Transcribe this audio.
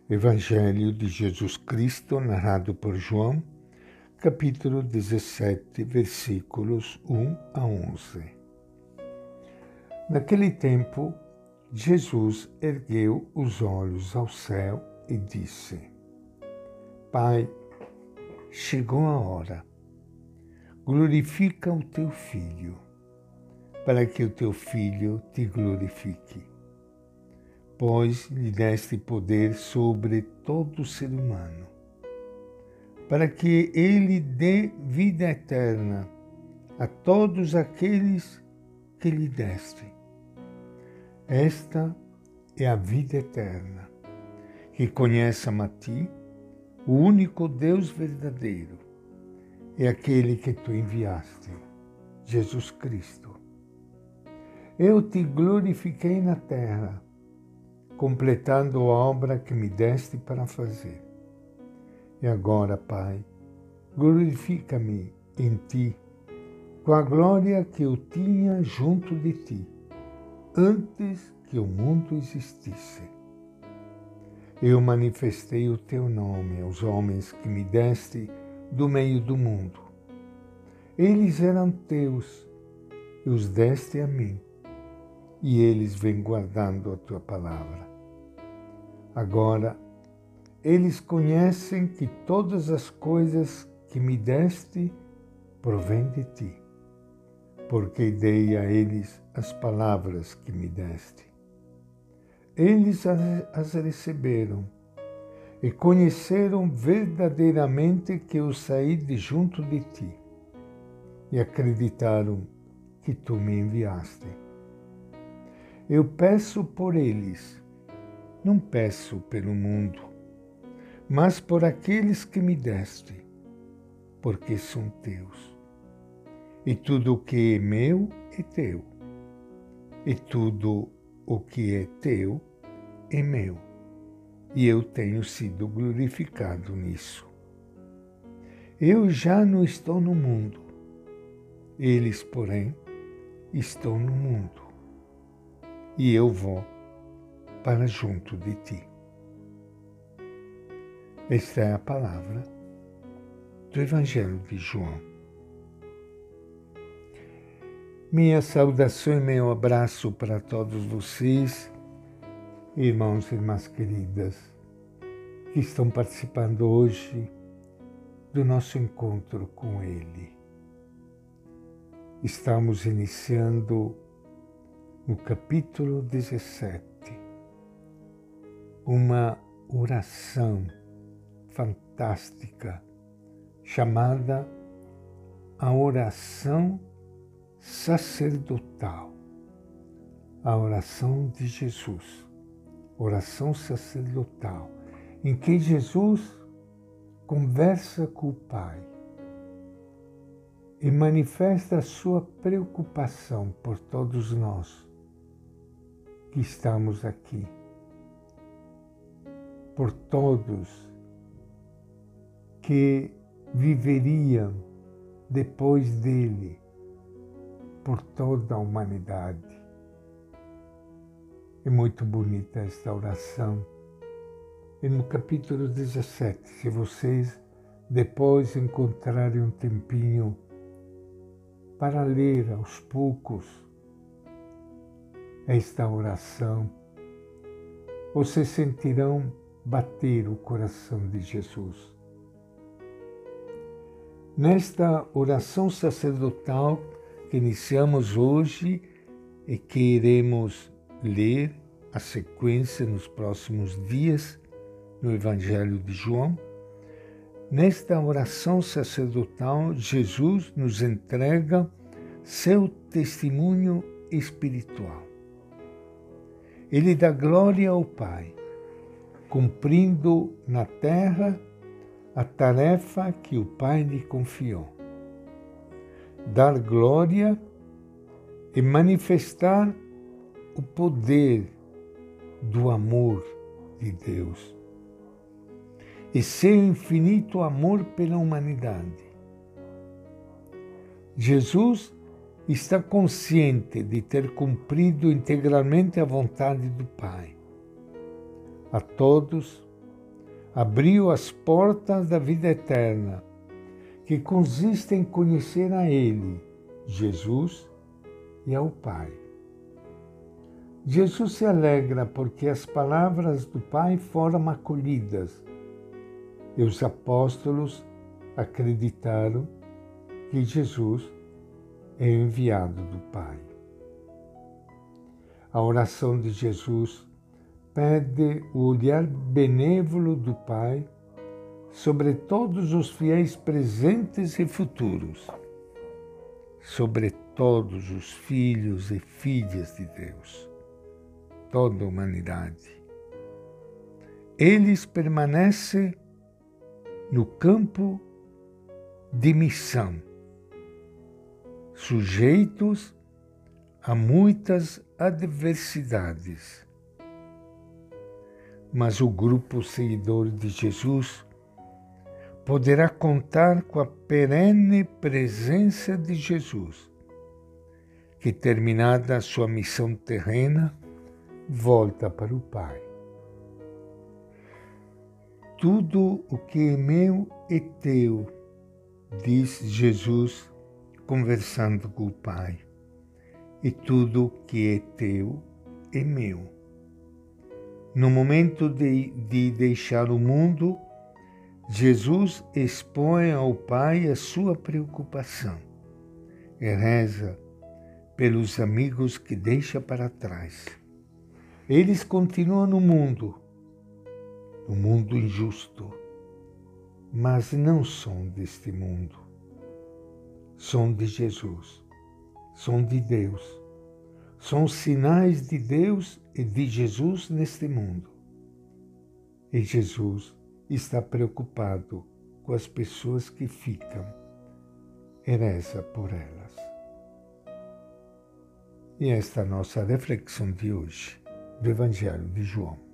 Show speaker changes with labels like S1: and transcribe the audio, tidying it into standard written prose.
S1: Evangelho de Jesus Cristo, narrado por João, capítulo 17, versículos 1 a 11. Naquele tempo, Jesus ergueu os olhos ao céu e disse: Pai, chegou a hora. Glorifica o teu Filho, para que o teu Filho te glorifique. Pois lhe deste poder sobre todo ser humano, para que ele dê vida eterna a todos aqueles que lhe deste. Esta é a vida eterna, que conheçam a ti, o único Deus verdadeiro, e aquele que tu enviaste, Jesus Cristo. Eu te glorifiquei na terra, completando a obra que me deste para fazer. E agora, Pai, glorifica-me em ti, com a glória que eu tinha junto de ti, antes que o mundo existisse. Eu manifestei o teu nome aos homens que me deste do meio do mundo. Eles eram teus, e os deste a mim, e eles vêm guardando a tua palavra. Agora, eles conhecem que todas as coisas que me deste provêm de ti, porque dei a eles as palavras que me deste. Eles as receberam e conheceram verdadeiramente que eu saí de junto de ti, e acreditaram que tu me enviaste. Eu peço por eles, não peço pelo mundo, mas por aqueles que me deste, porque são teus. E tudo o que é meu é teu, e tudo o que é teu é meu, e eu tenho sido glorificado nisso. Eu já não estou no mundo, eles, porém, estão no mundo, e eu vou para junto de ti. Esta é a palavra do Evangelho de João. Minha saudação e meu abraço para todos vocês, irmãos e irmãs queridas, que estão participando hoje do nosso encontro com Ele. Estamos iniciando no capítulo 17, uma oração fantástica chamada a oração sacerdotal, a oração de Jesus, oração sacerdotal, em que Jesus conversa com o Pai e manifesta a sua preocupação por todos nós que estamos aqui, por todos que viveriam depois dele, por toda a humanidade. É muito bonita esta oração. E no capítulo 17, se vocês depois encontrarem um tempinho para ler aos poucos esta oração, vocês sentirão bater o coração de Jesus. Nesta oração sacerdotal que iniciamos hoje e que iremos ler a sequência nos próximos dias no Evangelho de João, nesta oração sacerdotal, Jesus nos entrega seu testemunho espiritual. Ele dá glória ao Pai, cumprindo na terra a tarefa que o Pai lhe confiou. Dar glória e manifestar o poder do amor de Deus e seu infinito amor pela humanidade. Jesus está consciente de ter cumprido integralmente a vontade do Pai. A todos abriu as portas da vida eterna, que consiste em conhecer a Ele, Jesus, e ao Pai. Jesus se alegra porque as palavras do Pai foram acolhidas e os apóstolos acreditaram que Jesus é enviado do Pai. A oração de Jesus pede o olhar benévolo do Pai sobre todos os fiéis presentes e futuros, sobre todos os filhos e filhas de Deus, toda a humanidade. Eles permanecem no campo de missão, sujeitos a muitas adversidades. Mas o grupo seguidor de Jesus poderá contar com a perene presença de Jesus, que, terminada a sua missão terrena, volta para o Pai. Tudo o que é meu é teu, diz Jesus, conversando com o Pai. E tudo o que é teu é meu. No momento de deixar o mundo, Jesus expõe ao Pai a sua preocupação e reza pelos amigos que deixa para trás. Eles continuam no mundo injusto, mas não são deste mundo. São de Jesus, são de Deus, são sinais de Deus e de Jesus neste mundo. E Jesus está preocupado com as pessoas que ficam e reza por elas. E esta é a nossa reflexão de hoje do Evangelho de João.